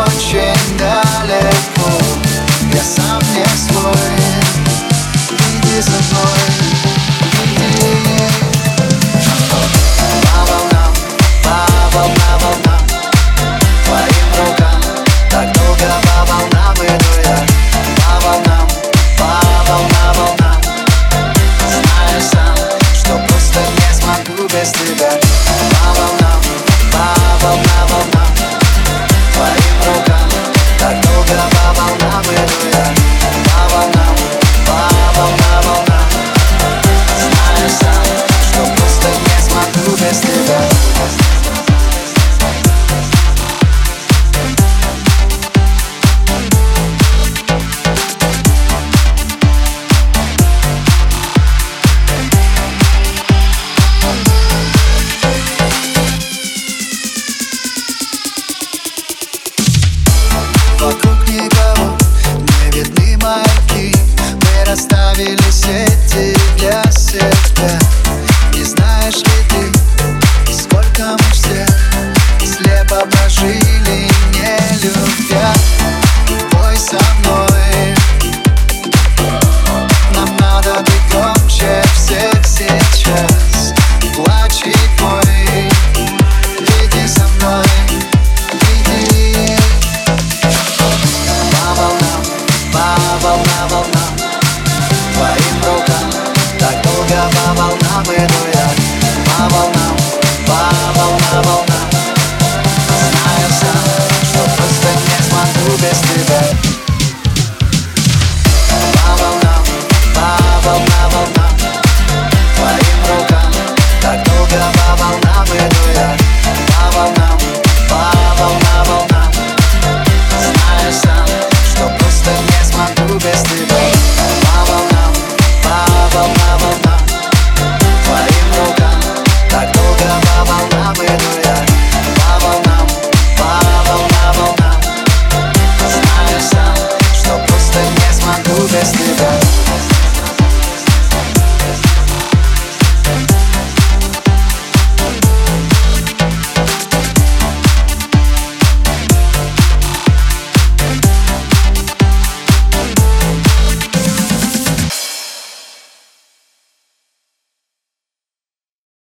очень далеко. Я сам не свой. Иди за мной, иди. По волнам, по волнам, твоим рукам. Так долго по волнам иду я. По волнам, волнам. Знаю сам, что просто не смогу без тебя. По волнам, волнам, твоим рукам. Так долго по волнам иду я. По волнам, волнам. Знаю сам, что просто не смогу без тебя. Вокруг никого, не видны маяки. Мы расставили сети для себя. Не знаешь ли